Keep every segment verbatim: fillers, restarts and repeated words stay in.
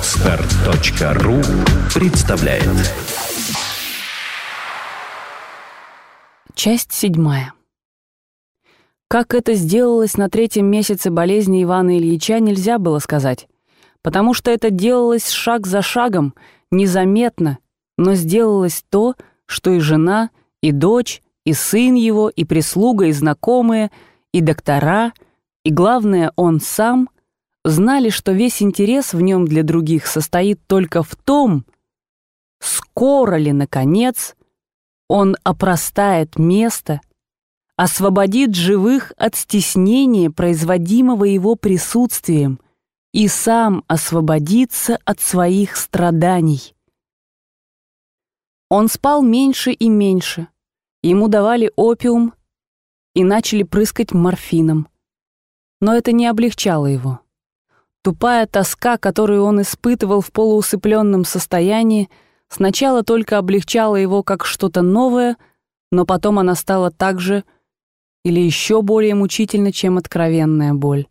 Подстер точка ру представляет. Часть седьмая. Как это сделалось на третьем месяце болезни Ивана Ильича, нельзя было сказать, потому что это делалось шаг за шагом, незаметно, но сделалось то, что и жена, и дочь, и сын его, и прислуга, и знакомые, и доктора, и, главное, он сам знали, что весь интерес в нем для других состоит только в том, скоро ли, наконец, он опростает место, освободит живых от стеснения, производимого его присутствием, и сам освободится от своих страданий. Он спал меньше и меньше, ему давали опиум и начали прыскать морфином. Но это не облегчало его. Тупая тоска, которую он испытывал в полуусыпленном состоянии, сначала только облегчала его как что-то новое, но потом она стала так же или еще более мучительна, чем откровенная боль.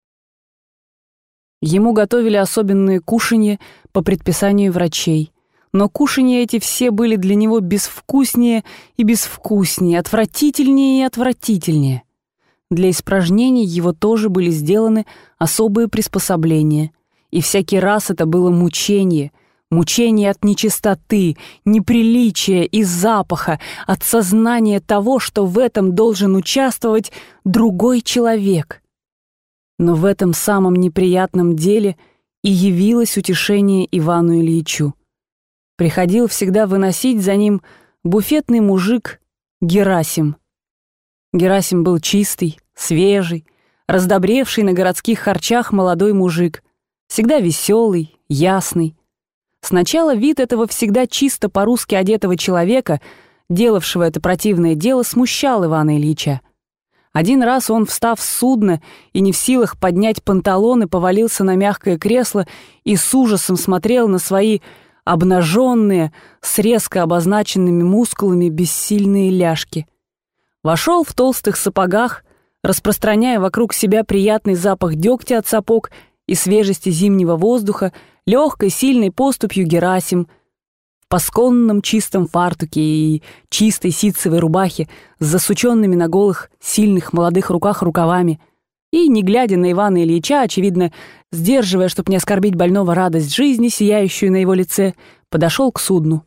Ему готовили особенные кушанья по предписанию врачей, но кушанья эти все были для него безвкуснее и безвкуснее, отвратительнее и отвратительнее. Для испражнений его тоже были сделаны особые приспособления, и всякий раз это было мучение, мучение от нечистоты, неприличия и запаха, от сознания того, что в этом должен участвовать другой человек. Но в этом самом неприятном деле и явилось утешение Ивану Ильичу. Приходил всегда выносить за ним буфетный мужик Герасим. Герасим был чистый, свежий, раздобревший на городских харчах молодой мужик, всегда веселый, ясный. Сначала вид этого всегда чисто по-русски одетого человека, делавшего это противное дело, смущал Ивана Ильича. Один раз он, встав с судна и не в силах поднять панталоны, повалился на мягкое кресло и с ужасом смотрел на свои обнаженные, с резко обозначенными мускулами бессильные ляжки. Вошел в толстых сапогах, распространяя вокруг себя приятный запах дегтя от сапог и свежести зимнего воздуха, легкой, сильной поступью Герасим, в пасконном чистом фартуке и чистой ситцевой рубахе с засученными на голых, сильных молодых руках рукавами, и, не глядя на Ивана Ильича, очевидно, сдерживая, чтобы не оскорбить больного радость жизни, сияющую на его лице, подошел к судну.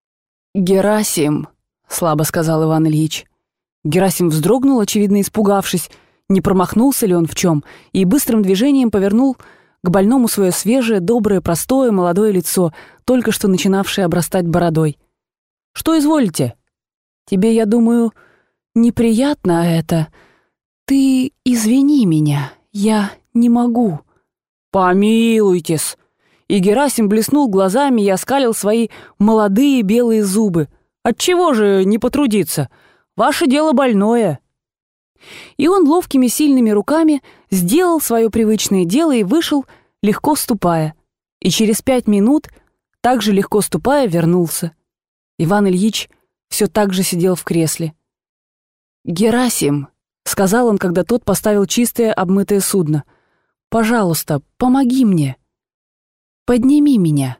«Герасим», — слабо сказал Иван Ильич. Герасим вздрогнул, очевидно испугавшись, не промахнулся ли он в чем, и быстрым движением повернул к больному свое свежее, доброе, простое, молодое лицо, только что начинавшее обрастать бородой. «Что изволите? Тебе, я думаю, неприятно это. Ты извини меня, я не могу». «Помилуйтесь!» И Герасим блеснул глазами и оскалил свои молодые белые зубы. «Отчего же не потрудиться? Ваше дело больное». И он ловкими сильными руками сделал свое привычное дело и вышел, легко ступая. И через пять минут, так же легко ступая, вернулся. Иван Ильич все так же сидел в кресле. «Герасим», — сказал он, когда тот поставил чистое обмытое судно, — «пожалуйста, помоги мне. Подними меня.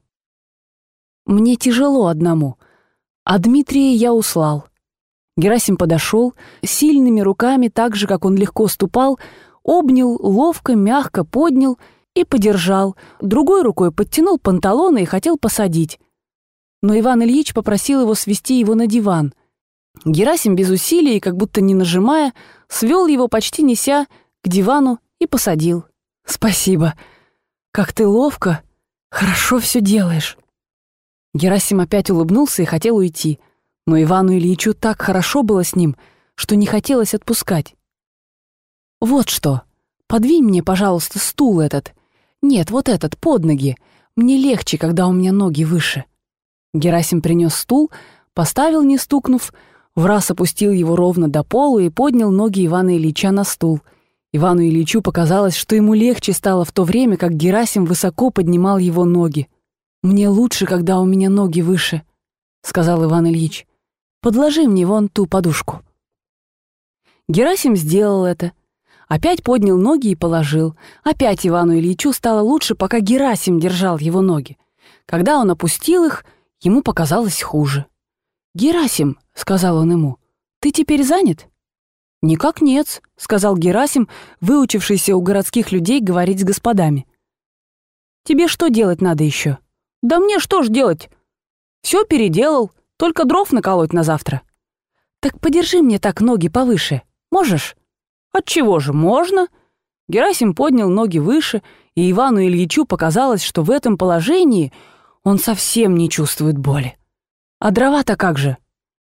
Мне тяжело одному, а Дмитрия я услал». Герасим подошел, сильными руками, так же, как он легко ступал, обнял, ловко, мягко поднял и подержал, другой рукой подтянул панталоны и хотел посадить. Но Иван Ильич попросил его свести его на диван. Герасим без усилий, как будто не нажимая, свел его, почти неся, к дивану и посадил. «Спасибо. Как ты ловко, хорошо все делаешь». Герасим опять улыбнулся и хотел уйти. Но Ивану Ильичу так хорошо было с ним, что не хотелось отпускать. «Вот что, подвинь мне, пожалуйста, стул этот. Нет, вот этот, под ноги. Мне легче, когда у меня ноги выше». Герасим принес стул, поставил, не стукнув, враз опустил его ровно до полу и поднял ноги Ивана Ильича на стул. Ивану Ильичу показалось, что ему легче стало в то время, как Герасим высоко поднимал его ноги. «Мне лучше, когда у меня ноги выше», — сказал Иван Ильич. «Подложи мне вон ту подушку». Герасим сделал это, Опять поднял ноги и положил. Опять Ивану Ильичу стало лучше, пока Герасим держал его ноги. Когда он опустил их, ему показалось хуже. «Герасим», — сказал он ему, — «ты теперь занят?» «Никак нет», — сказал Герасим, выучившийся у городских людей говорить с господами. «Тебе что делать надо еще?» «Да мне что ж делать? Все переделал, только дров наколоть на завтра». «Так подержи мне так ноги повыше. Можешь?» «Отчего же, можно?» Герасим поднял ноги выше, и Ивану Ильичу показалось, что в этом положении он совсем не чувствует боли. «А дрова-то как же?»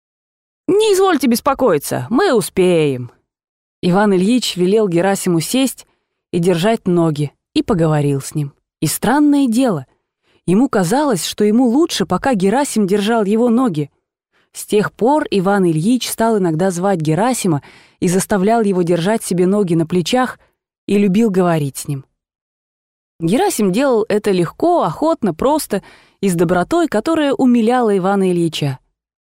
«Не извольте беспокоиться, мы успеем». Иван Ильич велел Герасиму сесть и держать ноги, и поговорил с ним. И странное дело, ему казалось, что ему лучше, пока Герасим держал его ноги. С тех пор Иван Ильич стал иногда звать Герасима и заставлял его держать себе ноги на плечах и любил говорить с ним. Герасим делал это легко, охотно, просто и с добротой, которая умиляла Ивана Ильича.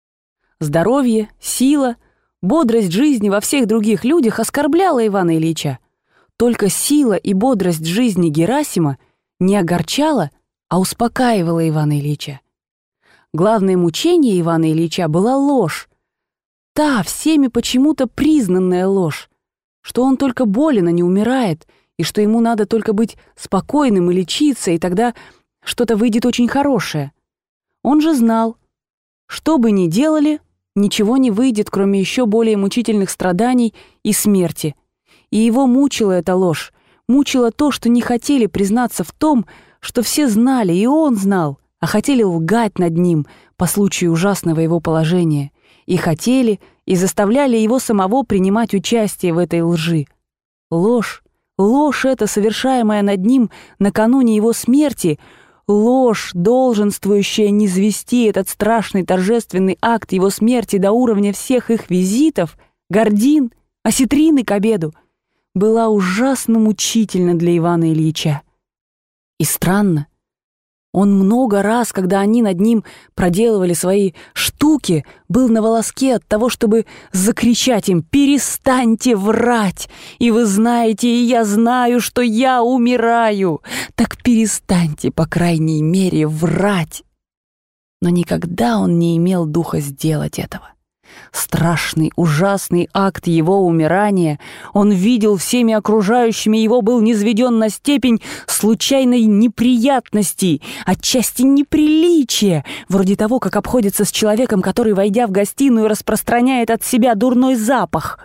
Здоровье, сила, бодрость жизни во всех других людях оскорбляла Ивана Ильича. Только сила и бодрость жизни Герасима не огорчала, а успокаивала Ивана Ильича. Главное мучение Ивана Ильича была ложь. Та, всеми почему-то признанная ложь, что он только болен, а не умирает, и что ему надо только быть спокойным и лечиться, и тогда что-то выйдет очень хорошее. Он же знал, что бы ни делали, ничего не выйдет, кроме еще более мучительных страданий и смерти. И его мучила эта ложь, мучило то, что не хотели признаться в том, что все знали, и он знал, а хотели лгать над ним по случаю ужасного его положения, и хотели, и заставляли его самого принимать участие в этой лжи. Ложь, ложь эта, совершаемая над ним накануне его смерти, ложь, долженствующая низвести этот страшный торжественный акт его смерти до уровня всех их визитов, гордин, осетрины к обеду, была ужасно мучительна для Ивана Ильича. И странно, он много раз, когда они над ним проделывали свои штуки, был на волоске от того, чтобы закричать им: «Перестаньте врать! И вы знаете, и я знаю, что я умираю! Так перестаньте, по крайней мере, врать!» Но никогда он не имел духа сделать этого. Страшный, ужасный акт его умирания он видел всеми окружающими, его был низведен на степень случайной неприятности, отчасти неприличия, вроде того, как обходится с человеком, который, войдя в гостиную, распространяет от себя дурной запах.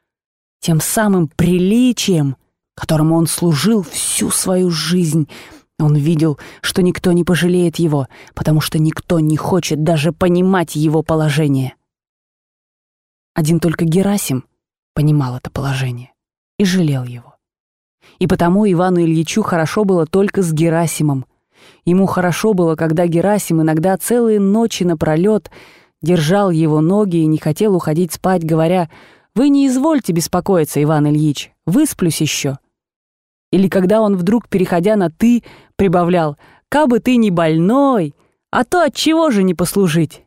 Тем самым приличием, которому он служил всю свою жизнь, он видел, что никто не пожалеет его, потому что никто не хочет даже понимать его положение. Один только Герасим понимал это положение и жалел его. И потому Ивану Ильичу хорошо было только с Герасимом. Ему хорошо было, когда Герасим иногда целые ночи напролет держал его ноги и не хотел уходить спать, говоря: «Вы не извольте беспокоиться, Иван Ильич, высплюсь еще». Или когда он вдруг, переходя на «ты», прибавлял: «Кабы ты не больной, а то от чего же не послужить?»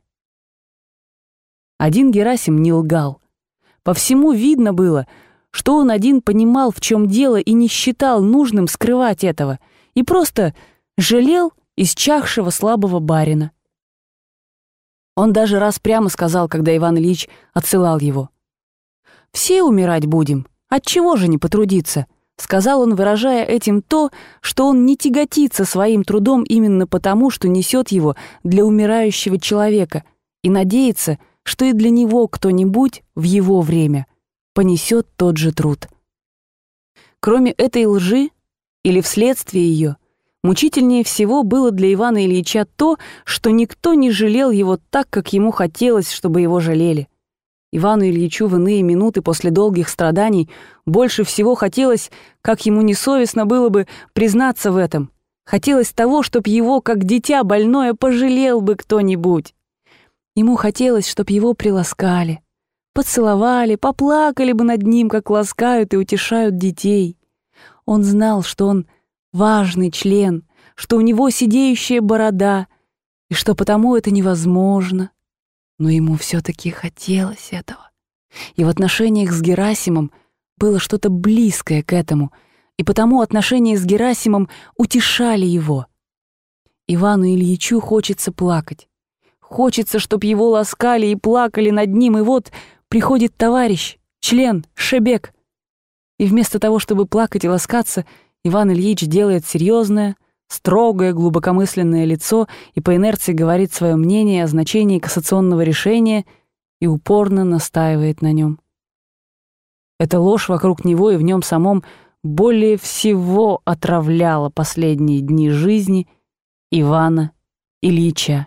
Один Герасим не лгал. По всему видно было, что он один понимал, в чем дело, и не считал нужным скрывать этого, и просто жалел исчахшего слабого барина. Он даже раз прямо сказал, когда Иван Ильич отсылал его: «Все умирать будем, отчего же не потрудиться?» Сказал он, выражая этим то, что он не тяготится своим трудом именно потому, что несет его для умирающего человека, и надеется, что и для него кто-нибудь в его время понесет тот же труд. Кроме этой лжи, или вследствие ее, мучительнее всего было для Ивана Ильича то, что никто не жалел его так, как ему хотелось, чтобы его жалели. Ивану Ильичу в иные минуты после долгих страданий больше всего хотелось, как ему несовестно было бы признаться в этом, хотелось того, чтоб его, как дитя больное, пожалел бы кто-нибудь. Ему хотелось, чтоб его приласкали, поцеловали, поплакали бы над ним, как ласкают и утешают детей. Он знал, что он важный член, что у него сидеющая борода, и что потому это невозможно. Но ему все-таки хотелось этого. И в отношениях с Герасимом было что-то близкое к этому, и потому отношения с Герасимом утешали его. Ивану Ильичу хочется плакать. Хочется, чтоб его ласкали и плакали над ним, и вот приходит товарищ, член, Шебек. И вместо того, чтобы плакать и ласкаться, Иван Ильич делает серьезное, строгое, глубокомысленное лицо и по инерции говорит свое мнение о значении кассационного решения и упорно настаивает на нем. Эта ложь вокруг него и в нем самом более всего отравляла последние дни жизни Ивана Ильича.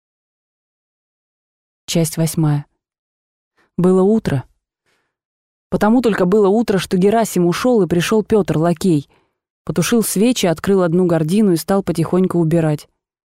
Часть восьмая. Было утро. Потому только было утро, что Герасим ушел, и пришел Петр, лакей. Потушил свечи, открыл одну гардину и стал потихоньку убирать.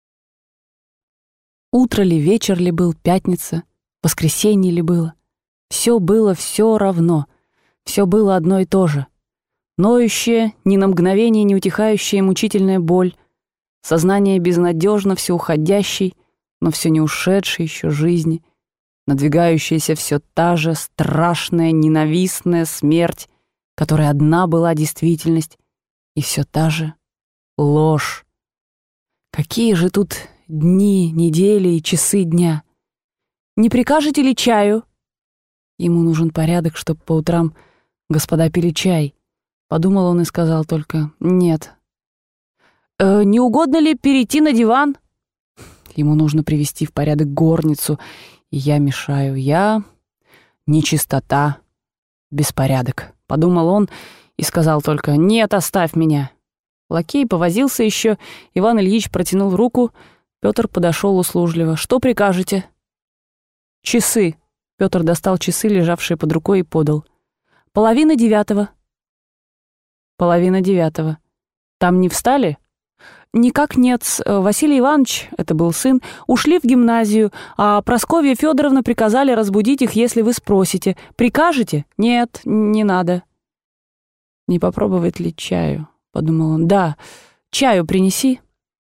Утро ли, вечер ли был, пятница, воскресенье ли было. Все было все равно. Все было одно и то же. Ноющая, ни на мгновение не утихающая мучительная боль, сознание безнадежно все уходящей, но все не ушедшей еще жизни, надвигающаяся все та же страшная, ненавистная смерть, которая одна была действительность, и все та же ложь. Какие же тут дни, недели и часы дня? Не прикажете ли чаю? Ему нужен порядок, чтобы по утрам господа пили чай. Подумал он и сказал только «нет». «Э, «Не угодно ли перейти на диван?» Ему нужно привести в порядок горницу, и я мешаю. Я нечистота, беспорядок. Подумал он и сказал только «нет, оставь меня». Лакей повозился еще, Иван Ильич протянул руку, Петр подошел услужливо. «Что прикажете?» «Часы». Петр достал часы, лежавшие под рукой, и подал. «Половина девятого». «Половина девятого. Там не встали?» «Никак нет. Василий Иванович, это был сын, ушли в гимназию, а Прасковья Федоровна приказали разбудить их, если вы спросите. Прикажете? Нет, не надо». «Не попробовать ли чаю?» — подумал он. «Да, чаю принеси».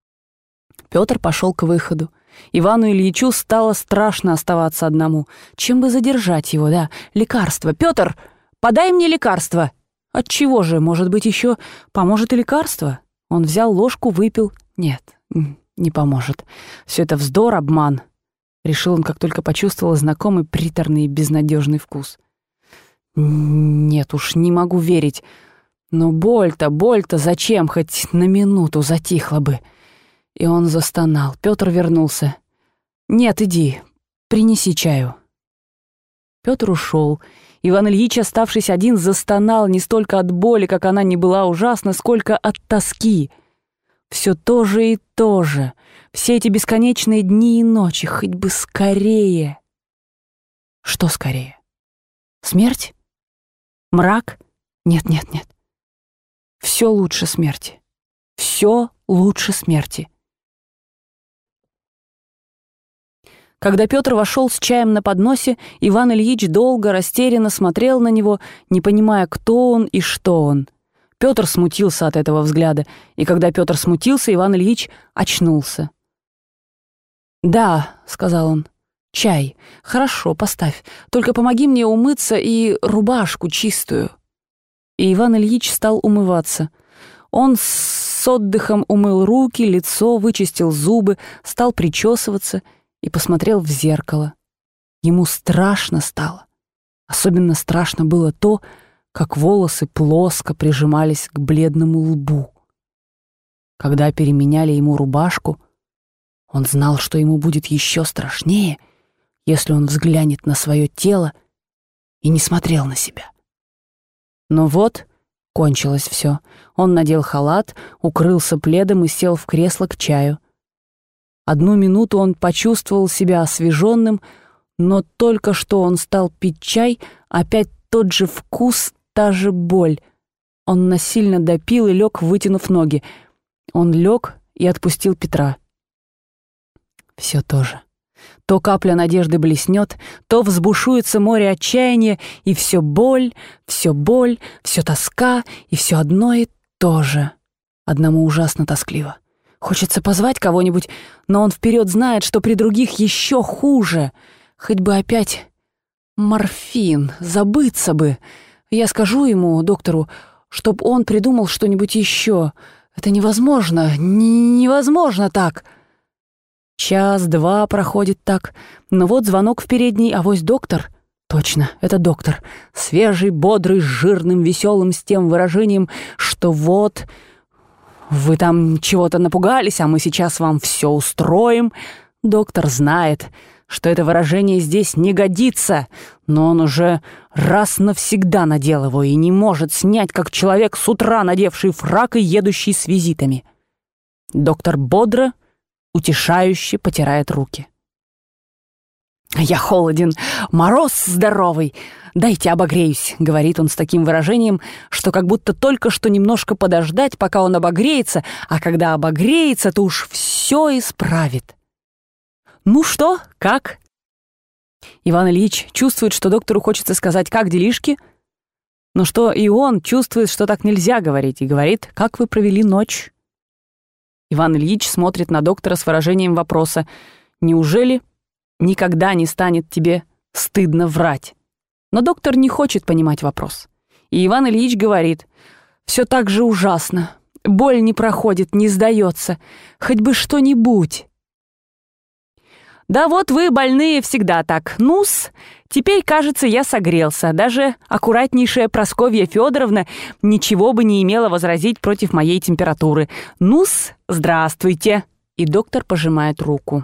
Петр пошел к выходу. Ивану Ильичу стало страшно оставаться одному. Чем бы задержать его, да? Лекарство. «Петр, подай мне лекарство!» «Отчего же? Может быть, еще поможет и лекарство?» Он взял ложку, выпил. «Нет, не поможет. Все это вздор, обман», — решил он, как только почувствовал знакомый приторный и безнадежный вкус. «Нет уж, не могу верить. Но боль-то, боль-то зачем? Хоть на минуту затихла бы». И он застонал. Петр вернулся. «Нет, иди, принеси чаю». Петр ушел. Иван Ильич, оставшись один, застонал не столько от боли, как она не была ужасна, сколько от тоски. Все то же и то же. Все эти бесконечные дни и ночи, хоть бы скорее. Что скорее? Смерть? Мрак? Нет, нет, нет. Все лучше смерти. Все лучше смерти. Когда Петр вошел с чаем на подносе, Иван Ильич долго, растерянно смотрел на него, не понимая, кто он и что он. Петр смутился от этого взгляда, и когда Петр смутился, Иван Ильич очнулся. «Да», — сказал он, — «чай. Хорошо, поставь. Только помоги мне умыться и рубашку чистую». И Иван Ильич стал умываться. Он с отдыхом умыл руки, лицо, вычистил зубы, стал причесываться и посмотрел в зеркало. Ему страшно стало. Особенно страшно было то, как волосы плоско прижимались к бледному лбу. Когда переменяли ему рубашку, он знал, что ему будет еще страшнее, если он взглянет на свое тело и не смотрел на себя. Но вот кончилось все. Он надел халат, укрылся пледом и сел в кресло к чаю. Одну минуту он почувствовал себя освеженным, но только что он стал пить чай, опять тот же вкус, та же боль. Он насильно допил и лег, вытянув ноги. Он лег и отпустил Петра. Все то же. То капля надежды блеснет, то взбушуется море отчаяния, и все боль, все боль, все тоска, и все одно и то же. Одному ужасно тоскливо. Хочется позвать кого-нибудь, но он вперед знает, что при других еще хуже. Хоть бы опять морфин, забыться бы. Я скажу ему, доктору, чтоб он придумал что-нибудь еще. Это невозможно, н- невозможно так. Час-два проходит так, но вот звонок в передней, авось доктор. Точно, это доктор. Свежий, бодрый, жирным, веселым, с тем выражением, что вот... Вы там чего-то напугались, а мы сейчас вам все устроим. Доктор знает, что это выражение здесь не годится, но он уже раз навсегда надел его и не может снять, как человек с утра, надевший фрак и едущий с визитами. Доктор бодро, утешающе потирает руки. «Я холоден, мороз здоровый. Дайте обогреюсь», — говорит он с таким выражением, что как будто только что немножко подождать, пока он обогреется, а когда обогреется, то уж все исправит. «Ну что, как?» Иван Ильич чувствует, что доктору хочется сказать «как делишки?», но что и он чувствует, что так нельзя говорить, и говорит «как вы провели ночь?». Иван Ильич смотрит на доктора с выражением вопроса «неужели никогда не станет тебе стыдно врать?» Но доктор не хочет понимать вопрос. И Иван Ильич говорит: «Все так же ужасно. Боль не проходит, не сдается. Хоть бы что-нибудь». «Да вот вы, больные, всегда так. Ну-с, теперь, кажется, я согрелся. Даже аккуратнейшая Прасковья Федоровна ничего бы не имела возразить против моей температуры. Ну-с, здравствуйте». И доктор пожимает руку.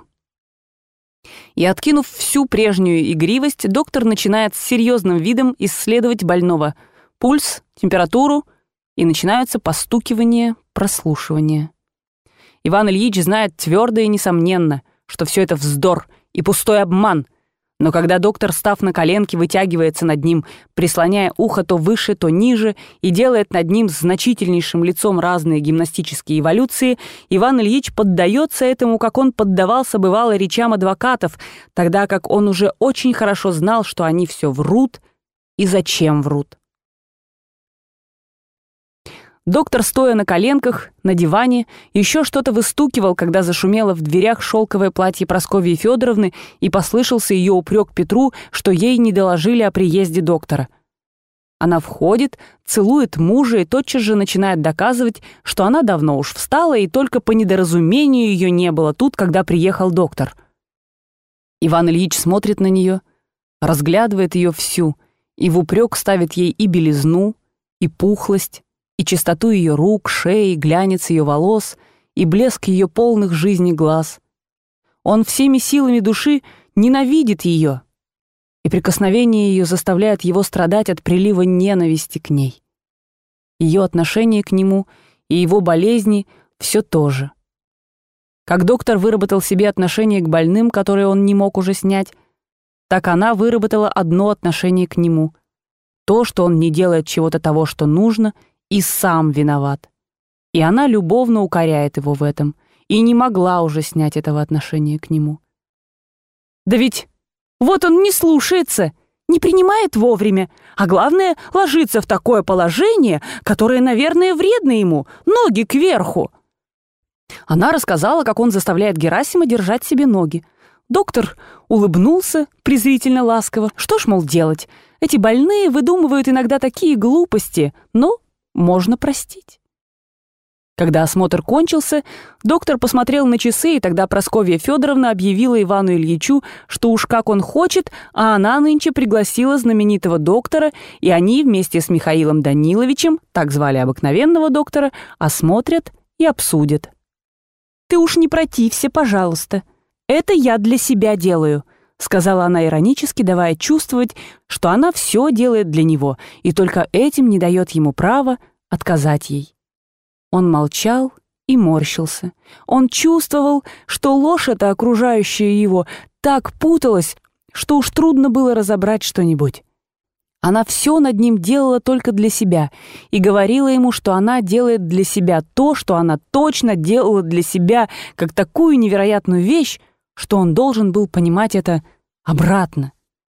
И, откинув всю прежнюю игривость, доктор начинает с серьезным видом исследовать больного. Пульс, температуру, и начинаются постукивания, прослушивания. Иван Ильич знает твердо и несомненно, что все это вздор и пустой обман, но когда доктор, став на коленки, вытягивается над ним, прислоняя ухо то выше, то ниже, и делает над ним с значительнейшим лицом разные гимнастические эволюции, Иван Ильич поддается этому, как он поддавался бывало речам адвокатов, тогда как он уже очень хорошо знал, что они все врут и зачем врут. Доктор, стоя на коленках, на диване, еще что-то выстукивал, когда зашумело в дверях шелковое платье Прасковьи Федоровны и послышался ее упрек Петру, что ей не доложили о приезде доктора. Она входит, целует мужа и тотчас же начинает доказывать, что она давно уж встала и только по недоразумению ее не было тут, когда приехал доктор. Иван Ильич смотрит на нее, разглядывает ее всю и в упрек ставит ей и белизну, и пухлость, и чистоту ее рук, шеи, глянец ее волос, и блеск ее полных жизни глаз. Он всеми силами души ненавидит ее, и прикосновение ее заставляет его страдать от прилива ненависти к ней. Ее отношение к нему и его болезни — все то же. Как доктор выработал себе отношение к больным, которые он не мог уже снять, так она выработала одно отношение к нему — то, что он не делает чего-то того, что нужно, и сам виноват. И она любовно укоряет его в этом, и не могла уже снять этого отношения к нему. «Да ведь вот он не слушается, не принимает вовремя, а главное, ложится в такое положение, которое, наверное, вредно ему, ноги кверху». Она рассказала, как он заставляет Герасима держать себе ноги. Доктор улыбнулся презрительно ласково. Что ж, мол, делать? Эти больные выдумывают иногда такие глупости, но можно простить. Когда осмотр кончился, доктор посмотрел на часы, и тогда Прасковья Федоровна объявила Ивану Ильичу, что уж как он хочет, а она нынче пригласила знаменитого доктора, и они вместе с Михаилом Даниловичем, так звали обыкновенного доктора, осмотрят и обсудят. «Ты уж не протився, пожалуйста. Это я для себя делаю», — сказала она иронически, давая чувствовать, что она все делает для него, и только этим не дает ему права отказать ей. Он молчал и морщился. Он чувствовал, что ложь эта, окружающая его, так путалась, что уж трудно было разобрать что-нибудь. Она все над ним делала только для себя и говорила ему, что она делает для себя то, что она точно делала для себя, как такую невероятную вещь, что он должен был понимать это обратно.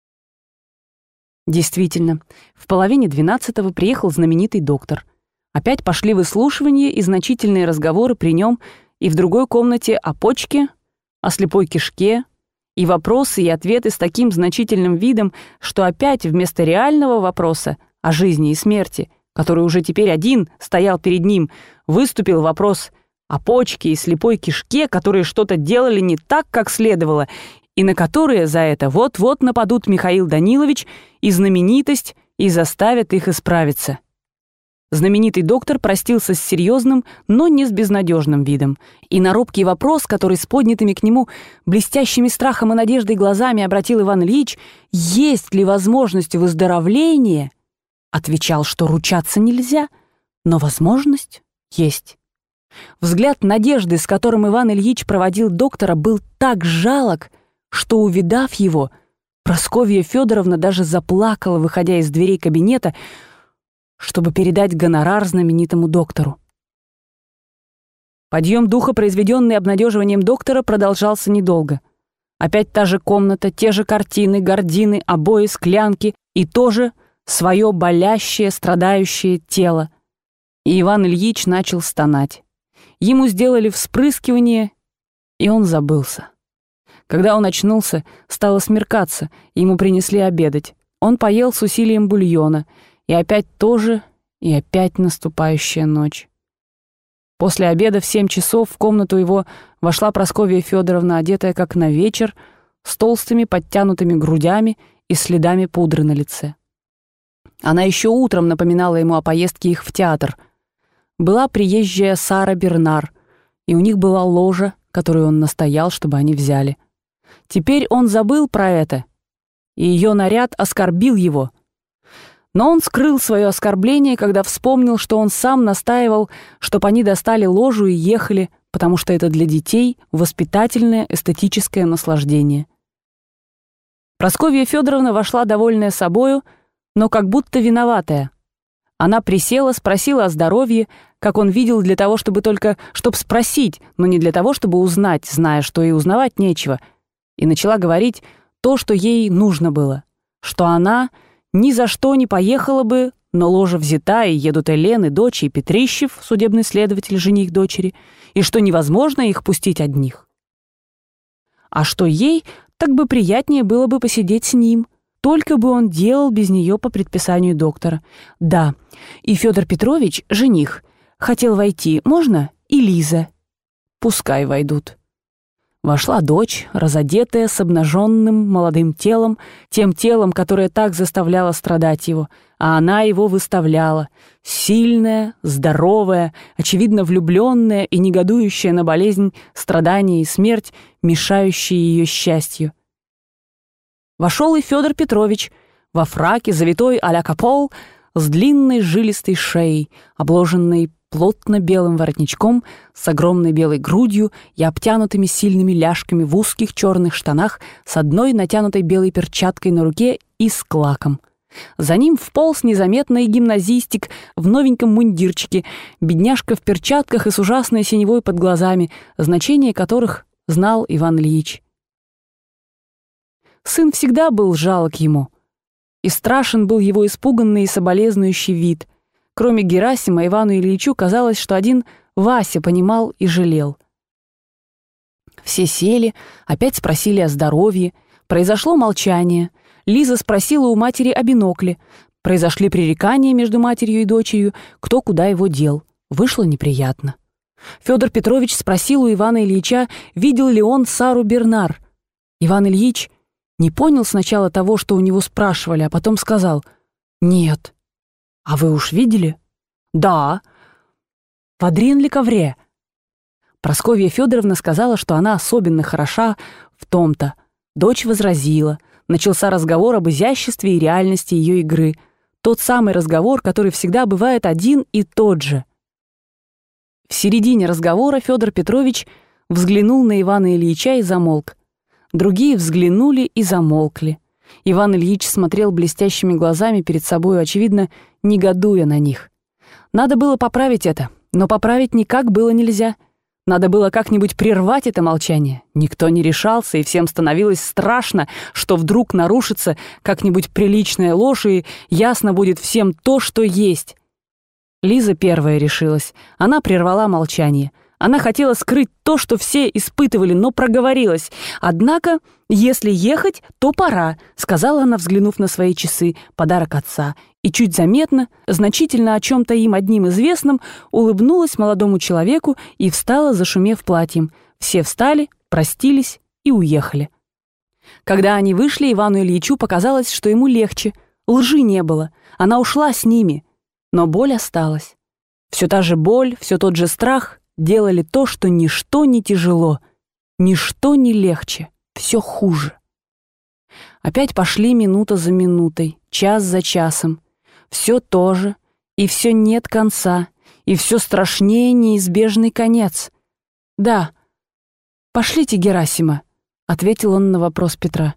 Действительно, в половине двенадцатого приехал знаменитый доктор. Опять пошли выслушивания и значительные разговоры при нем и в другой комнате о почке, о слепой кишке, и вопросы и ответы с таким значительным видом, что опять вместо реального вопроса о жизни и смерти, который уже теперь один стоял перед ним, выступил вопрос о почке и слепой кишке, которые что-то делали не так, как следовало, и на которые за это вот-вот нападут Михаил Данилович и знаменитость и заставят их исправиться. Знаменитый доктор простился с серьезным, но не с безнадежным видом. И на робкий вопрос, который с поднятыми к нему блестящими страхом и надеждой глазами обратил Иван Ильич, есть ли возможность выздоровления, отвечал, что ручаться нельзя, но возможность есть. Взгляд надежды, с которым Иван Ильич проводил доктора, был так жалок, что, увидав его, Прасковья Федоровна даже заплакала, выходя из дверей кабинета, чтобы передать гонорар знаменитому доктору. Подъем духа, произведенный обнадеживанием доктора, продолжался недолго. Опять та же комната, те же картины, гардины, обои, склянки и тоже свое болящее, страдающее тело. И Иван Ильич начал стонать. Ему сделали вспрыскивание, и он забылся. Когда он очнулся, стало смеркаться, и ему принесли обедать. Он поел с усилием бульона, и опять тоже, и опять наступающая ночь. После обеда в семь часов в комнату его вошла Прасковья Федоровна, одетая как на вечер, с толстыми подтянутыми грудями и следами пудры на лице. Она еще утром напоминала ему о поездке их в театр. Была приезжая Сара Бернар, и у них была ложа, которую он настоял, чтобы они взяли. Теперь он забыл про это, и ее наряд оскорбил его. Но он скрыл свое оскорбление, когда вспомнил, что он сам настаивал, чтобы они достали ложу и ехали, потому что это для детей воспитательное эстетическое наслаждение. Прасковья Федоровна вошла довольная собою, но как будто виноватая. Она присела, спросила о здоровье, как он видел, для того, чтобы только, чтоб спросить, но не для того, чтобы узнать, зная, что и узнавать нечего, и начала говорить то, что ей нужно было, что она ни за что не поехала бы, но ложа взята, и едут Элен, и дочь, и Петрищев, судебный следователь, жених дочери, и что невозможно их пустить одних. А что ей так бы приятнее было бы посидеть с ним, только бы он делал без нее по предписанию доктора. Да, и Федор Петрович, жених, хотел войти, можно? И Лиза. Пускай войдут. Вошла дочь, разодетая, с обнаженным молодым телом, тем телом, которое так заставляло страдать его, а она его выставляла, сильная, здоровая, очевидно влюбленная и негодующая на болезнь, страдания и смерть, мешающие ее счастью. Вошел и Федор Петрович, во фраке, завитой а-ля Капол, с длинной жилистой шеей, обложенной плотно белым воротничком, с огромной белой грудью и обтянутыми сильными ляжками в узких черных штанах, с одной натянутой белой перчаткой на руке и с клаком. За ним вполз незаметный гимназистик в новеньком мундирчике, бедняжка в перчатках и с ужасной синевой под глазами, значение которых знал Иван Ильич. Сын всегда был жалок ему, и страшен был его испуганный и соболезнующий вид. Кроме Герасима, Ивану Ильичу казалось, что один Вася понимал и жалел. Все сели, опять спросили о здоровье. Произошло молчание. Лиза спросила у матери о бинокле. Произошли пререкания между матерью и дочерью, кто куда его дел. Вышло неприятно. Федор Петрович спросил у Ивана Ильича, видел ли он Сару Бернар. Иван Ильич не понял сначала того, что у него спрашивали, а потом сказал: «Нет». «А вы уж видели?» «Да». «В Адрин-ле-Ковре». Прасковья Федоровна сказала, что она особенно хороша в том-то. Дочь возразила. Начался разговор об изяществе и реальности ее игры. Тот самый разговор, который всегда бывает один и тот же. В середине разговора Федор Петрович взглянул на Ивана Ильича и замолк. Другие взглянули и замолкли. Иван Ильич смотрел блестящими глазами перед собой, очевидно, негодуя на них. Надо было поправить это, но поправить никак было нельзя. Надо было как-нибудь прервать это молчание. Никто не решался, и всем становилось страшно, что вдруг нарушится как-нибудь приличная ложь, и ясно будет всем то, что есть. Лиза первая решилась. Она прервала молчание. Она хотела скрыть то, что все испытывали, но проговорилась. «Однако, если ехать, то пора», — сказала она, взглянув на свои часы, подарок отца, и чуть заметно, значительно о чем-то им одним известном, улыбнулась молодому человеку и встала, зашумев платьем. Все встали, простились и уехали. Когда они вышли, Ивану Ильичу показалось, что ему легче. Лжи не было, она ушла с ними, но боль осталась. Все та же боль, все тот же страх делали то, что ничто не тяжело, ничто не легче, все хуже. Опять пошли минута за минутой, час за часом. Все то же, и все нет конца, и все страшнее неизбежный конец. «Да, пошлите Герасима», — ответил он на вопрос Петра.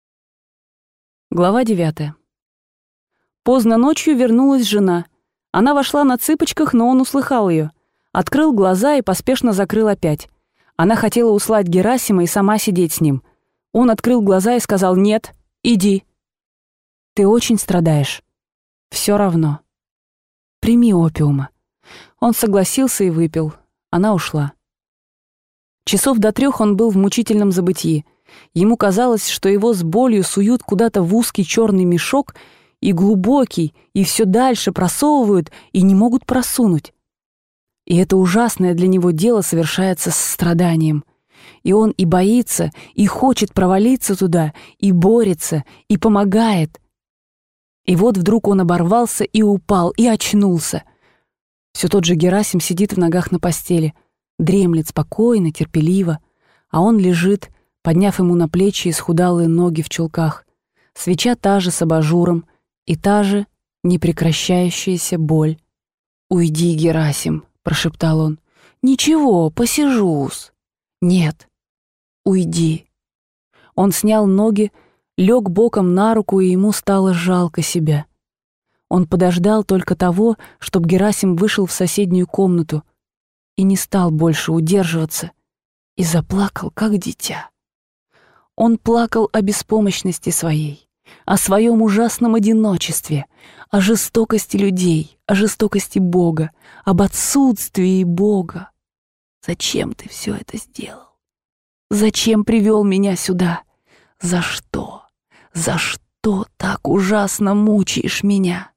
Глава девятая. Поздно ночью вернулась жена. Она вошла на цыпочках, но он услыхал ее. Открыл глаза и поспешно закрыл опять. Она хотела услать Герасима и сама сидеть с ним. Он открыл глаза и сказал: «Нет, иди». «Ты очень страдаешь». «Все равно. Прими опиума». Он согласился и выпил. Она ушла. Часов до трех он был в мучительном забытии. Ему казалось, что его с болью суют куда-то в узкий черный мешок, и глубокий, и все дальше просовывают, и не могут просунуть. И это ужасное для него дело совершается с страданием. И он и боится, и хочет провалиться туда, и борется, и помогает. И вот вдруг он оборвался и упал, и очнулся. Все тот же Герасим сидит в ногах на постели, дремлет спокойно, терпеливо, а он лежит, подняв ему на плечи исхудалые ноги в чулках. Свеча та же с абажуром, и та же непрекращающаяся боль. «Уйди, Герасим», — прошептал он. «Ничего, посижу-с». «Нет, уйди». Он снял ноги, лег боком на руку, и ему стало жалко себя. Он подождал только того, чтобы Герасим вышел в соседнюю комнату, и не стал больше удерживаться, и заплакал, как дитя. Он плакал о беспомощности своей, о своем ужасном одиночестве, о жестокости людей, о жестокости Бога, об отсутствии Бога. «Зачем ты все это сделал? Зачем привел меня сюда? За что? За что так ужасно мучаешь меня?»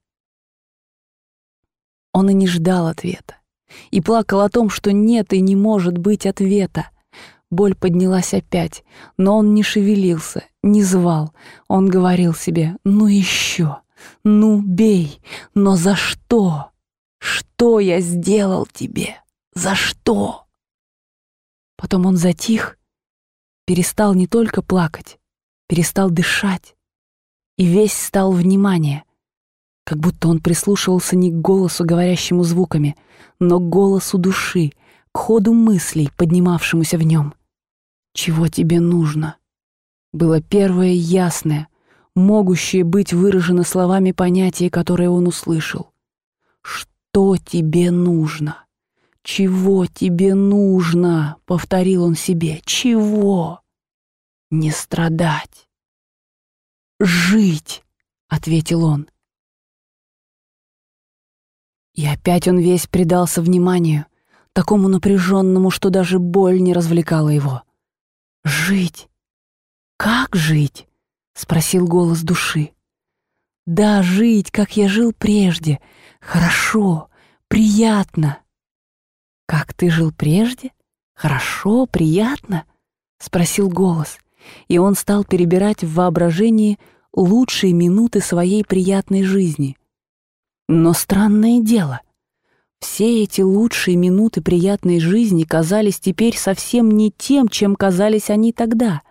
Он и не ждал ответа, и плакал о том, что нет и не может быть ответа. Боль поднялась опять, но он не шевелился, не звал. Он говорил себе: «Ну еще, ну бей, но за что? Что я сделал тебе? За что?» Потом он затих, перестал не только плакать, перестал дышать, и весь стал внимание, как будто он прислушивался не к голосу, говорящему звуками, но к голосу души, к ходу мыслей, поднимавшемуся в нем. «Чего тебе нужно?» Было первое ясное, могущее быть выражено словами понятие, которое он услышал. «Что тебе нужно? Чего тебе нужно?» — повторил он себе. «Чего?» «Не страдать. Жить», — ответил он. И опять он весь предался вниманию, такому напряженному, что даже боль не развлекала его. «Жить? Как жить?» — спросил голос души. «Да, жить, как я жил прежде. Хорошо, приятно». «Как ты жил прежде? Хорошо, приятно?» — спросил голос, и он стал перебирать в воображении лучшие минуты своей приятной жизни. Но странное дело, все эти лучшие минуты приятной жизни казались теперь совсем не тем, чем казались они тогда.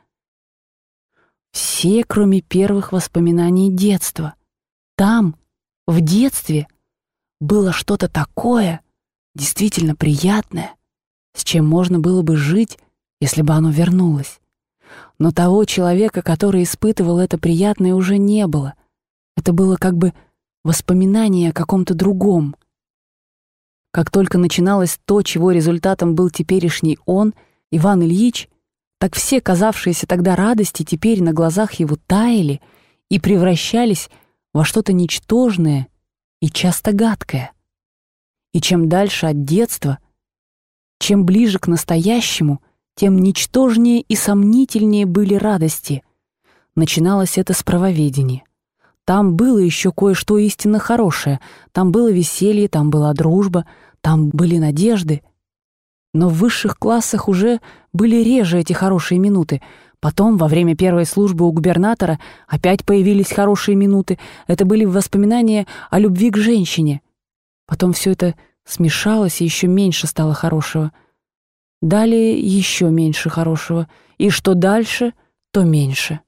Все, кроме первых воспоминаний детства. Там, в детстве, было что-то такое, действительно приятное, с чем можно было бы жить, если бы оно вернулось. Но того человека, который испытывал это приятное, уже не было. Это было как бы воспоминание о каком-то другом. Как только начиналось то, чего результатом был теперешний он, Иван Ильич, так все казавшиеся тогда радости теперь на глазах его таяли и превращались во что-то ничтожное и часто гадкое. И чем дальше от детства, чем ближе к настоящему, тем ничтожнее и сомнительнее были радости. Начиналось это с правоведения. Там было еще кое-что истинно хорошее. Там было веселье, там была дружба, там были надежды. Но в высших классах уже были реже эти хорошие минуты. Потом, во время первой службы у губернатора, опять появились хорошие минуты. Это были воспоминания о любви к женщине. Потом все это смешалось, и еще меньше стало хорошего. Далее еще меньше хорошего. И что дальше, то меньше.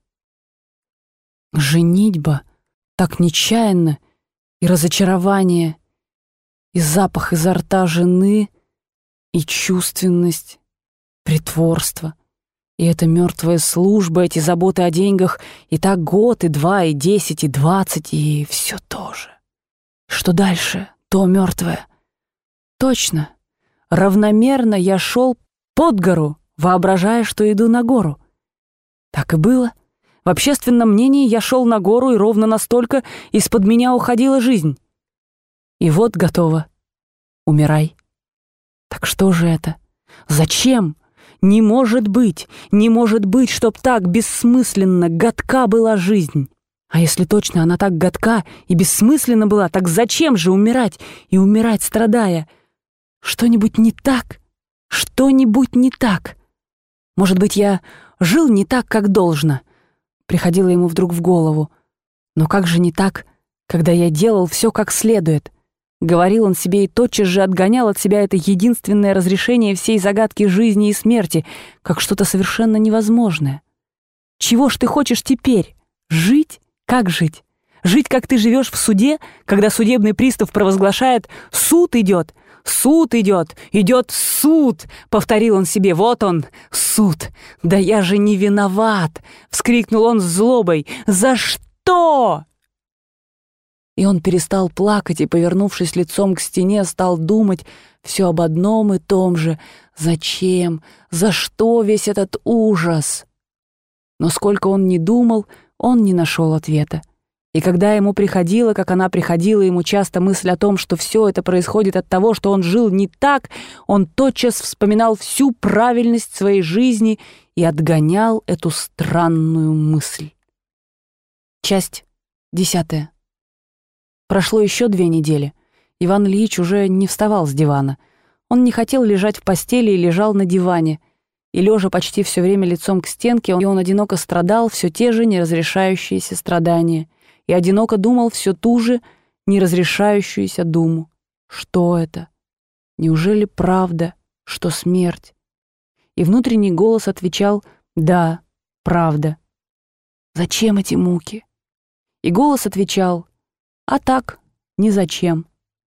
Женитьба так нечаянно, и разочарование, и запах изо рта жены, и чувственность, притворство, и эта мертвая служба, эти заботы о деньгах, и так год, и два, и десять, и двадцать, и все то же. Что дальше, то мертвое. Точно, равномерно я шел под гору, воображая, что иду на гору. Так и было. В общественном мнении я шел на гору, и ровно настолько из-под меня уходила жизнь. И вот готово. Умирай. Так что же это? Зачем? Не может быть, не может быть, чтоб так бессмысленно, гадка была жизнь. А если точно она так гадка и бессмысленна была, так зачем же умирать и умирать, страдая? Что-нибудь не так? Что-нибудь не так? Может быть, я жил не так, как должно? Приходило ему вдруг в голову. Но как же не так, когда я делал все как следует? Говорил он себе и тотчас же отгонял от себя это единственное разрешение всей загадки жизни и смерти, как что-то совершенно невозможное. Чего ж ты хочешь теперь? Жить? Как жить? Жить, как ты живешь в суде, когда судебный пристав провозглашает «Суд идет! Суд идет! Идет суд!» Повторил он себе. «Вот он, суд! Да я же не виноват!» Вскрикнул он с злобой. «За что?» И он перестал плакать и, повернувшись лицом к стене, стал думать все об одном и том же. Зачем? За что весь этот ужас? Но сколько он ни думал, он не нашел ответа. И когда ему приходила, как она приходила ему часто мысль о том, что все это происходит от того, что он жил не так, он тотчас вспоминал всю правильность своей жизни и отгонял эту странную мысль. Часть десятая. Прошло еще две недели. Иван Ильич уже не вставал с дивана. Он не хотел лежать в постели и лежал на диване. И, лежа почти все время лицом к стенке, он, он одиноко страдал все те же неразрешающиеся страдания. И одиноко думал всю ту же неразрешающуюся думу. Что это? Неужели правда, что смерть? И внутренний голос отвечал «Да, правда». Зачем эти муки? И голос отвечал «А так, ни зачем».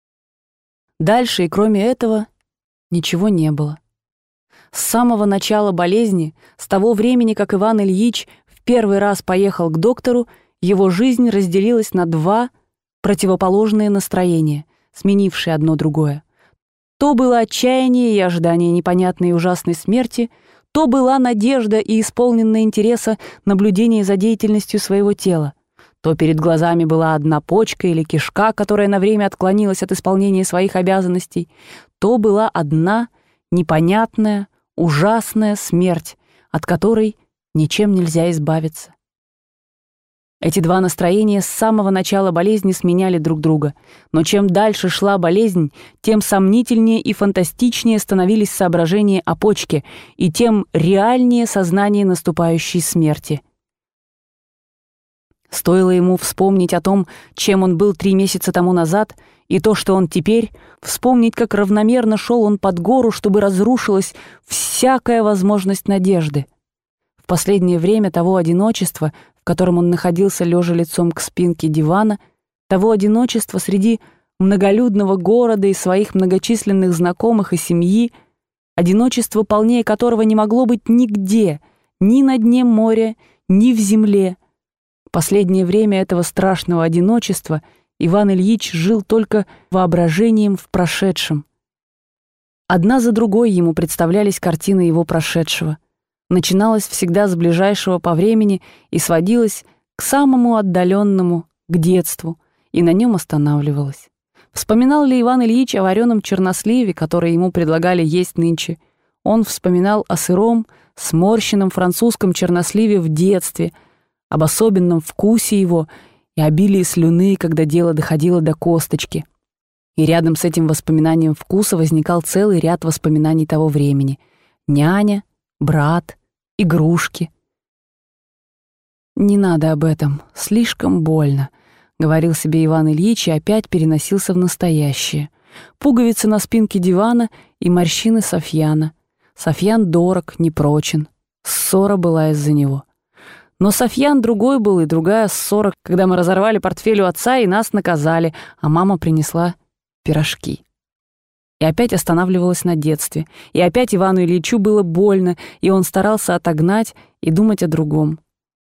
Дальше и кроме этого ничего не было. С самого начала болезни, с того времени, как Иван Ильич в первый раз поехал к доктору, его жизнь разделилась на два противоположные настроения, сменившие одно другое. То было отчаяние и ожидание непонятной и ужасной смерти, то была надежда и исполненное интереса наблюдение за деятельностью своего тела. То перед глазами была одна почка или кишка, которая на время отклонилась от исполнения своих обязанностей, то была одна непонятная, ужасная смерть, от которой ничем нельзя избавиться. Эти два настроения с самого начала болезни сменяли друг друга, но чем дальше шла болезнь, тем сомнительнее и фантастичнее становились соображения о почке, и тем реальнее сознание наступающей смерти. Стоило ему вспомнить о том, чем он был три месяца тому назад, и то, что он теперь, вспомнить, как равномерно шел он под гору, чтобы разрушилась всякая возможность надежды. В последнее время того одиночества, в котором он находился, лежа лицом к спинке дивана, того одиночества среди многолюдного города и своих многочисленных знакомых и семьи, одиночество, полнее которого не могло быть нигде, ни на дне моря, ни в земле. В последнее время этого страшного одиночества Иван Ильич жил только воображением в прошедшем. Одна за другой ему представлялись картины его прошедшего. Начиналась всегда с ближайшего по времени и сводилась к самому отдаленному, к детству, и на нем останавливалась. Вспоминал ли Иван Ильич о вареном черносливе, который ему предлагали есть нынче? Он вспоминал о сыром, сморщенном французском черносливе в детстве, об особенном вкусе его и обилие слюны, когда дело доходило до косточки. И рядом с этим воспоминанием вкуса возникал целый ряд воспоминаний того времени. Няня, брат, игрушки. «Не надо об этом, слишком больно», — говорил себе Иван Ильич и опять переносился в настоящее. Пуговицы на спинке дивана и морщины Софьяна. Софьян дорог, непрочен. Ссора была из-за него. Но Софьян другой был и другая ссора, когда мы разорвали портфель у отца и нас наказали, а мама принесла пирожки. И опять останавливалась на детстве. И опять Ивану Ильичу было больно, и он старался отогнать и думать о другом.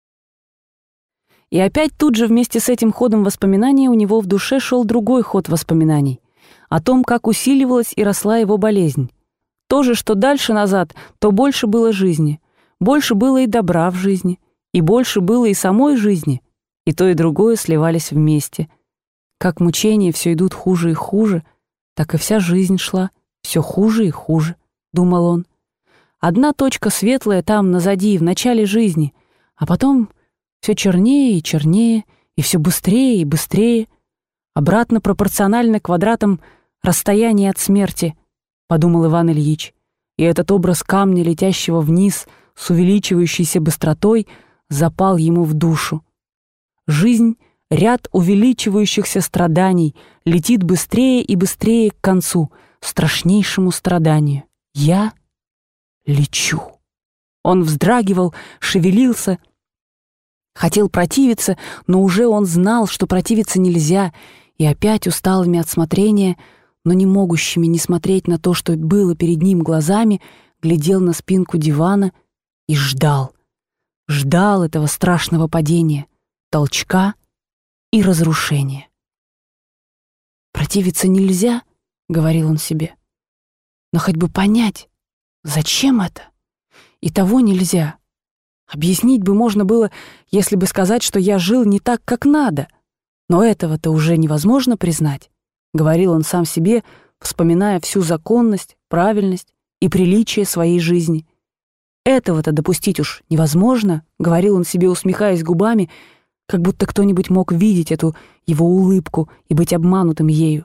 И опять тут же вместе с этим ходом воспоминаний у него в душе шел другой ход воспоминаний. О том, как усиливалась и росла его болезнь. То же, что дальше назад, то больше было жизни. Больше было и добра в жизни. И больше было и самой жизни. И то, и другое сливались вместе. Как мучения все идут хуже и хуже, так и вся жизнь шла все хуже и хуже, думал он. Одна точка светлая там, назади, в начале жизни, а потом все чернее и чернее, и все быстрее и быстрее, обратно пропорционально квадратам расстояния от смерти, подумал Иван Ильич, и этот образ камня, летящего вниз с увеличивающейся быстротой, запал ему в душу. Жизнь — ряд увеличивающихся страданий, летит быстрее и быстрее к концу, страшнейшему страданию. Я лечу. Он вздрагивал, шевелился, хотел противиться, но уже он знал, что противиться нельзя, и опять усталыми от смотрения, но не могущими не смотреть на то, что было перед ним глазами, глядел на спинку дивана и ждал. Ждал этого страшного падения, толчка и разрушения. «Противиться нельзя», — говорил он себе, — «но хоть бы понять, зачем это? И того нельзя. Объяснить бы можно было, если бы сказать, что я жил не так, как надо. Но этого-то уже невозможно признать», — говорил он сам себе, вспоминая всю законность, правильность и приличие своей жизни. «Этого-то допустить уж невозможно», — говорил он себе, усмехаясь губами, как будто кто-нибудь мог видеть эту его улыбку и быть обманутым ею.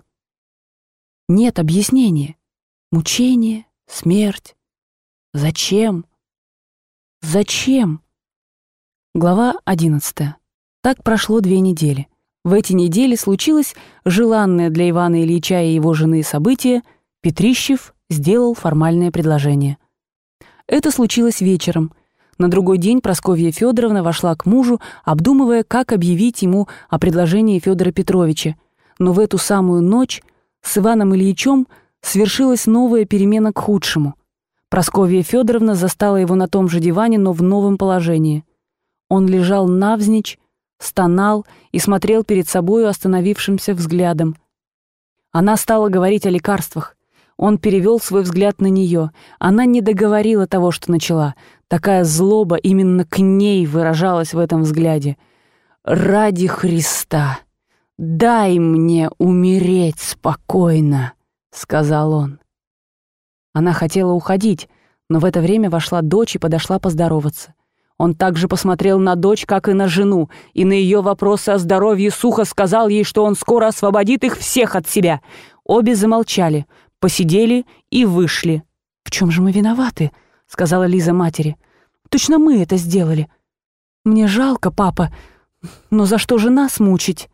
Нет объяснения. Мучение, смерть. Зачем? Зачем? Глава одиннадцатая. Так прошло две недели. В эти недели случилось желанное для Ивана Ильича и его жены событие. Петрищев сделал формальное предложение. Это случилось вечером. На другой день Прасковья Федоровна вошла к мужу, обдумывая, как объявить ему о предложении Федора Петровича. Но в эту самую ночь с Иваном Ильичем свершилась новая перемена к худшему. Прасковья Федоровна застала его на том же диване, но в новом положении. Он лежал навзничь, стонал и смотрел перед собою остановившимся взглядом. Она стала говорить о лекарствах. Он перевел свой взгляд на нее. Она не договорила того, что начала. Такая злоба именно к ней выражалась в этом взгляде. «Ради Христа, дай мне умереть спокойно», — сказал он. Она хотела уходить, но в это время вошла дочь и подошла поздороваться. Он также посмотрел на дочь, как и на жену, и на ее вопросы о здоровье сухо сказал ей, что он скоро освободит их всех от себя. Обе замолчали, посидели и вышли. «В чем же мы виноваты?» — сказала Лиза матери. «Точно мы это сделали. Мне жалко, папа, но за что же нас мучить?»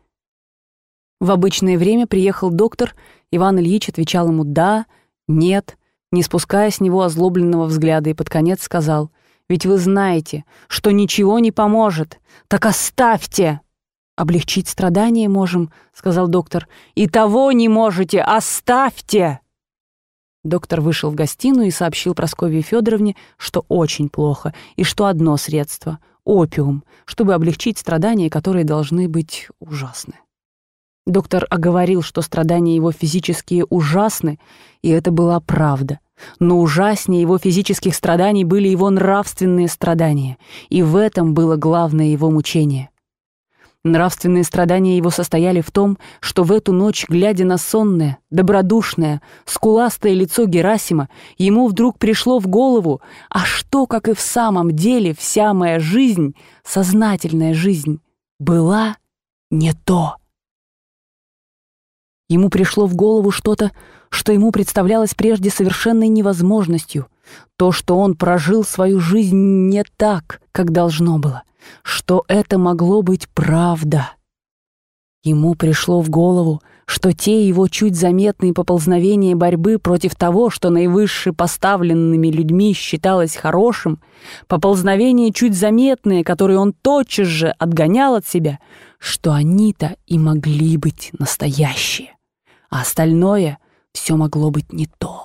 В обычное время приехал доктор, Иван Ильич отвечал ему «да», «нет», не спуская с него озлобленного взгляда, и под конец сказал: «Ведь вы знаете, что ничего не поможет. Так оставьте!» «Облегчить страдания можем», — сказал доктор. «И того не можете, оставьте!» Доктор вышел в гостиную и сообщил Прасковье Федоровне, что очень плохо, и что одно средство — опиум, чтобы облегчить страдания, которые должны быть ужасны. Доктор оговорил, что страдания его физические ужасны, и это была правда. Но ужаснее его физических страданий были его нравственные страдания, и в этом было главное его мучение. Нравственные страдания его состояли в том, что в эту ночь, глядя на сонное, добродушное, скуластое лицо Герасима, ему вдруг пришло в голову, а что, как и в самом деле, вся моя жизнь, сознательная жизнь, была не то. Ему пришло в голову что-то, что ему представлялось прежде совершенной невозможностью. То, что он прожил свою жизнь не так, как должно было, что это могло быть правда. Ему пришло в голову, что те его чуть заметные поползновения борьбы против того, что наивысше поставленными людьми считалось хорошим, поползновения чуть заметные, которые он тотчас же отгонял от себя, что они-то и могли быть настоящие, а остальное все могло быть не то.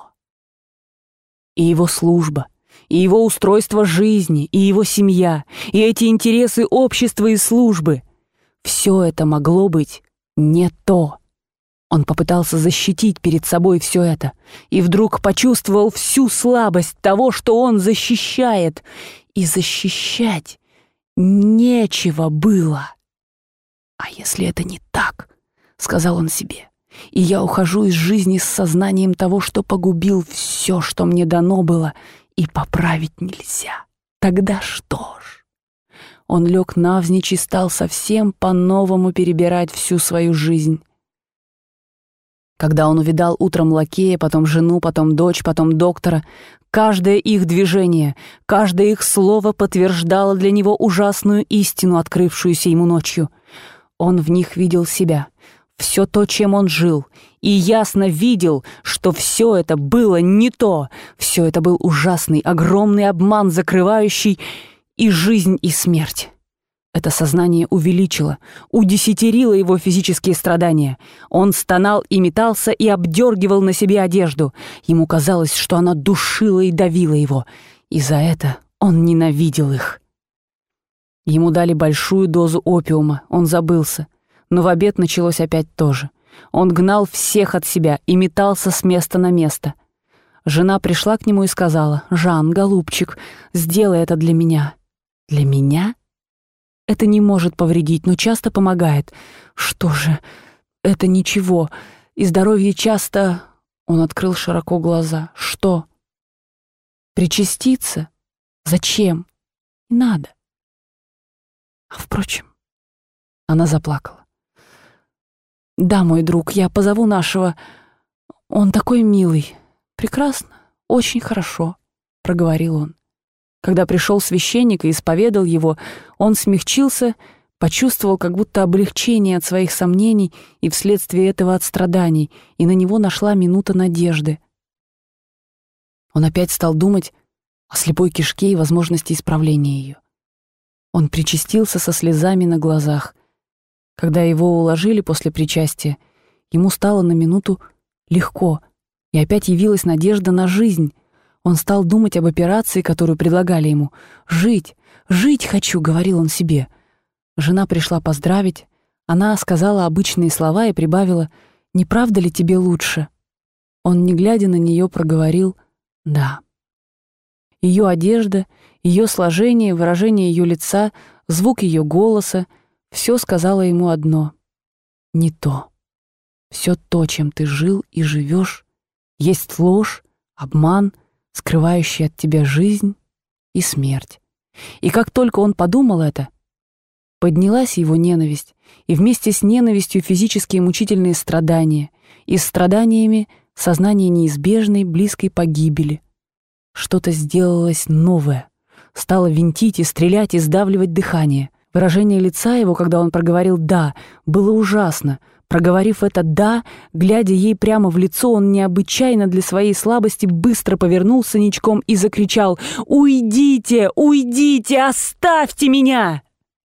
И его служба, и его устройство жизни, и его семья, и эти интересы общества и службы — все это могло быть не то. Он попытался защитить перед собой все это, и вдруг почувствовал всю слабость того, что он защищает, и защищать нечего было. «А если это не так?» — сказал он себе. «И я ухожу из жизни с сознанием того, что погубил все, что мне дано было, и поправить нельзя. Тогда что ж?» Он лег навзничь и стал совсем по-новому перебирать всю свою жизнь. Когда он увидал утром лакея, потом жену, потом дочь, потом доктора, каждое их движение, каждое их слово подтверждало для него ужасную истину, открывшуюся ему ночью. Он в них видел себя, все то, чем он жил, и ясно видел, что все это было не то, все это был ужасный, огромный обман, закрывающий и жизнь, и смерть. Это сознание увеличило, удесятерило его физические страдания. Он стонал и метался и обдергивал на себе одежду. Ему казалось, что она душила и давила его, и за это он ненавидел их. Ему дали большую дозу опиума, он забылся, но в обед началось опять то же. Он гнал всех от себя и метался с места на место. Жена пришла к нему и сказала: «Жан, голубчик, сделай это для меня». «Для меня? Это не может повредить, но часто помогает. Что же, это ничего. И здоровье часто...» Он открыл широко глаза. «Что? Причаститься? Зачем? Не надо. А впрочем...» Она заплакала. «Да, мой друг, я позову нашего... Он такой милый. Прекрасно, очень хорошо», — проговорил он. Когда пришел священник и исповедал его, он смягчился, почувствовал как будто облегчение от своих сомнений и вследствие этого от страданий, и на него нашла минута надежды. Он опять стал думать о слепой кишке и возможности исправления ее. Он причастился со слезами на глазах. Когда его уложили после причастия, ему стало на минуту легко, и опять явилась надежда на жизнь. Он стал думать об операции, которую предлагали ему. «Жить, жить хочу», — говорил он себе. Жена пришла поздравить. Она сказала обычные слова и прибавила: «Не правда ли тебе лучше?» Он, не глядя на нее, проговорил: «Да». Ее одежда, ее сложение, выражение ее лица, звук ее голоса — все сказала ему одно: «Не то. Все то, чем ты жил и живешь, есть ложь, обман, скрывающий от тебя жизнь и смерть». И как только он подумал это, поднялась его ненависть, и вместе с ненавистью физические мучительные страдания, и с страданиями сознание неизбежной близкой погибели. Что-то сделалось новое, стало винтить и стрелять и сдавливать дыхание. Выражение лица его, когда он проговорил «да», было ужасно. Проговорив это «да», глядя ей прямо в лицо, он необычайно для своей слабости быстро повернулся ничком и закричал: «Уйдите! Уйдите! Оставьте меня!»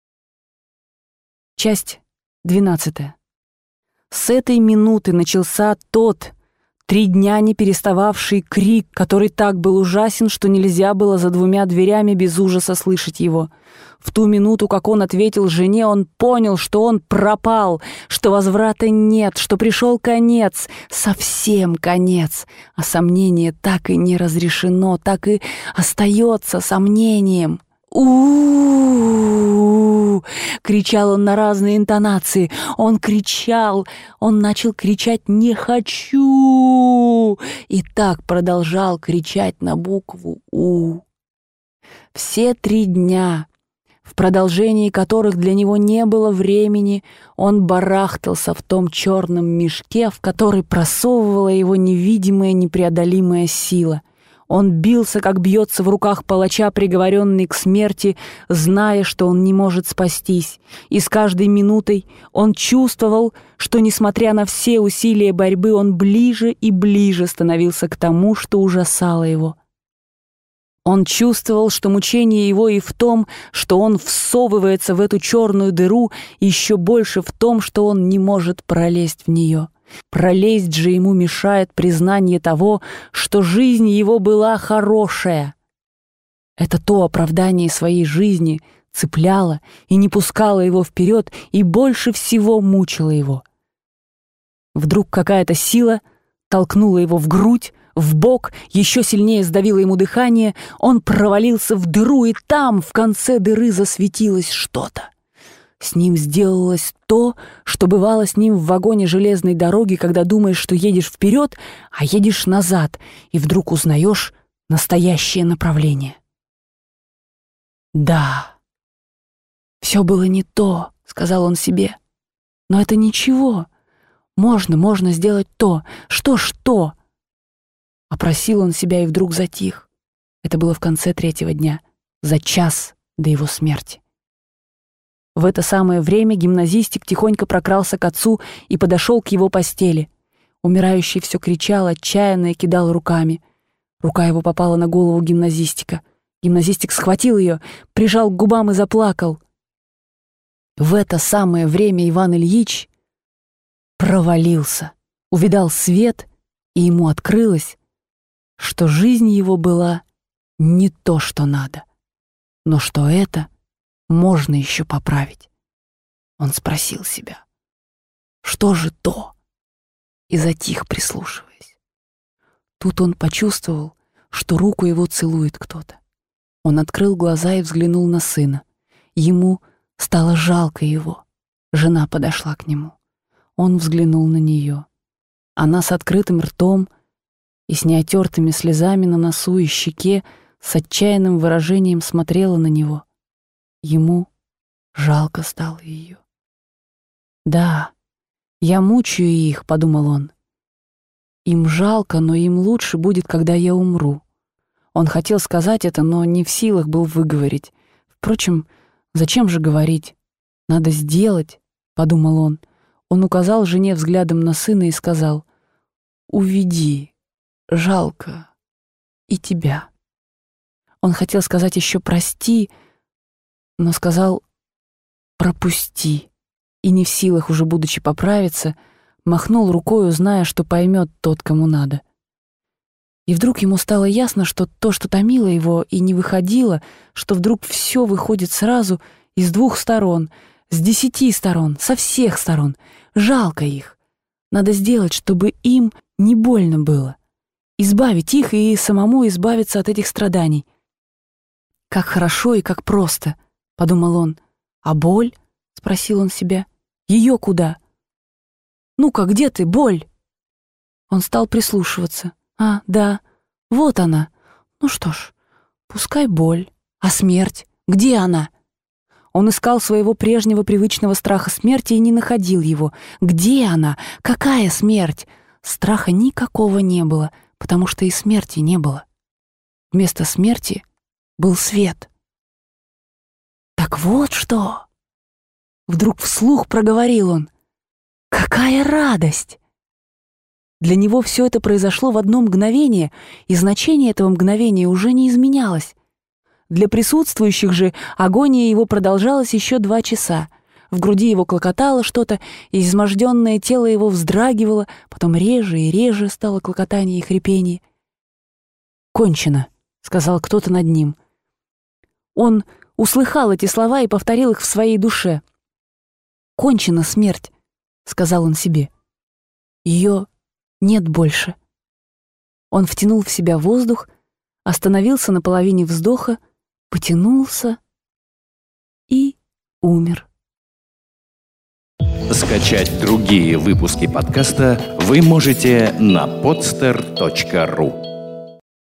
Часть двенадцатая. С этой минуты начался тот, три дня не перестававший крик, который так был ужасен, что нельзя было за двумя дверями без ужаса слышать его. В ту минуту, как он ответил жене, он понял, что он пропал, что возврата нет, что пришел конец, совсем конец, а сомнение так и не разрешено, так и остается сомнением. «У-у-у-у!» — кричал он на разные интонации. Он кричал, он начал кричать «не хочу!» и так продолжал кричать на букву «У». Все три дня, в продолжении которых для него не было времени, он барахтался в том черном мешке, в который просовывала его невидимая непреодолимая сила. Он бился, как бьется в руках палача, приговоренный к смерти, зная, что он не может спастись. И с каждой минутой он чувствовал, что, несмотря на все усилия борьбы, он ближе и ближе становился к тому, что ужасало его. Он чувствовал, что мучение его и в том, что он всовывается в эту черную дыру, и еще больше в том, что он не может пролезть в нее. Пролезть же ему мешает признание того, что жизнь его была хорошая. Это то оправдание своей жизни цепляло и не пускало его вперед, и больше всего мучило его. Вдруг какая-то сила толкнула его в грудь, в бок, еще сильнее сдавило ему дыхание, он провалился в дыру, и там, в конце дыры, засветилось что-то. С ним сделалось то, что бывало с ним в вагоне железной дороги, когда думаешь, что едешь вперед, а едешь назад, и вдруг узнаешь настоящее направление. «Да, все было не то», — сказал он себе. «Но это ничего. Можно, можно сделать то. Что-что?» Опросил он себя и вдруг затих. Это было в конце третьего дня, за час до его смерти. В это самое время гимназистик тихонько прокрался к отцу и подошел к его постели. Умирающий все кричал, отчаянно и кидал руками. Рука его попала на голову гимназистика. Гимназистик схватил ее, прижал к губам и заплакал. В это самое время Иван Ильич провалился, увидал свет, и ему открылось, что жизнь его была не то, что надо, но что это можно еще поправить. Он спросил себя, что же то? И затих, прислушиваясь. Тут он почувствовал, что руку его целует кто-то. Он открыл глаза и взглянул на сына. Ему стало жалко его. Жена подошла к нему. Он взглянул на нее. Она с открытым ртом и с неотертыми слезами на носу и щеке с отчаянным выражением смотрела на него. Ему жалко стало ее. «Да, я мучаю их», — подумал он. «Им жалко, но им лучше будет, когда я умру». Он хотел сказать это, но не в силах был выговорить. Впрочем, зачем же говорить? Надо сделать, — подумал он. Он указал жене взглядом на сына и сказал: «Уведи, жалко и тебя». Он хотел сказать еще «прости», но сказал «пропусти», и не в силах, уже будучи поправиться, махнул рукою, зная, что поймет тот, кому надо. И вдруг ему стало ясно, что то, что томило его и не выходило, что вдруг все выходит сразу и с двух сторон, с десяти сторон, со всех сторон. Жалко их. Надо сделать, чтобы им не больно было. Избавить их и самому избавиться от этих страданий. «Как хорошо и как просто», — подумал он. «А боль?» — спросил он себя. «Ее куда?» «Ну-ка, где ты, боль?» Он стал прислушиваться. «А, да, вот она. Ну что ж, пускай боль. А смерть? Где она?» Он искал своего прежнего привычного страха смерти и не находил его. Где она? Какая смерть? Страха никакого не было, потому что и смерти не было. Вместо смерти был свет. «Так вот что!» Вдруг вслух проговорил он. «Какая радость!» Для него все это произошло в одно мгновение, и значение этого мгновения уже не изменялось. Для присутствующих же агония его продолжалась еще два часа. В груди его клокотало что-то, и изможденное тело его вздрагивало, потом реже и реже стало клокотание и хрипение. «Кончено», — сказал кто-то над ним. Он услыхал эти слова и повторил их в своей душе. «Кончена смерть», — сказал он себе. «Ее нет больше». Он втянул в себя воздух, остановился на половине вздоха, потянулся и умер. Скачать другие выпуски подкаста вы можете на podster точка ру.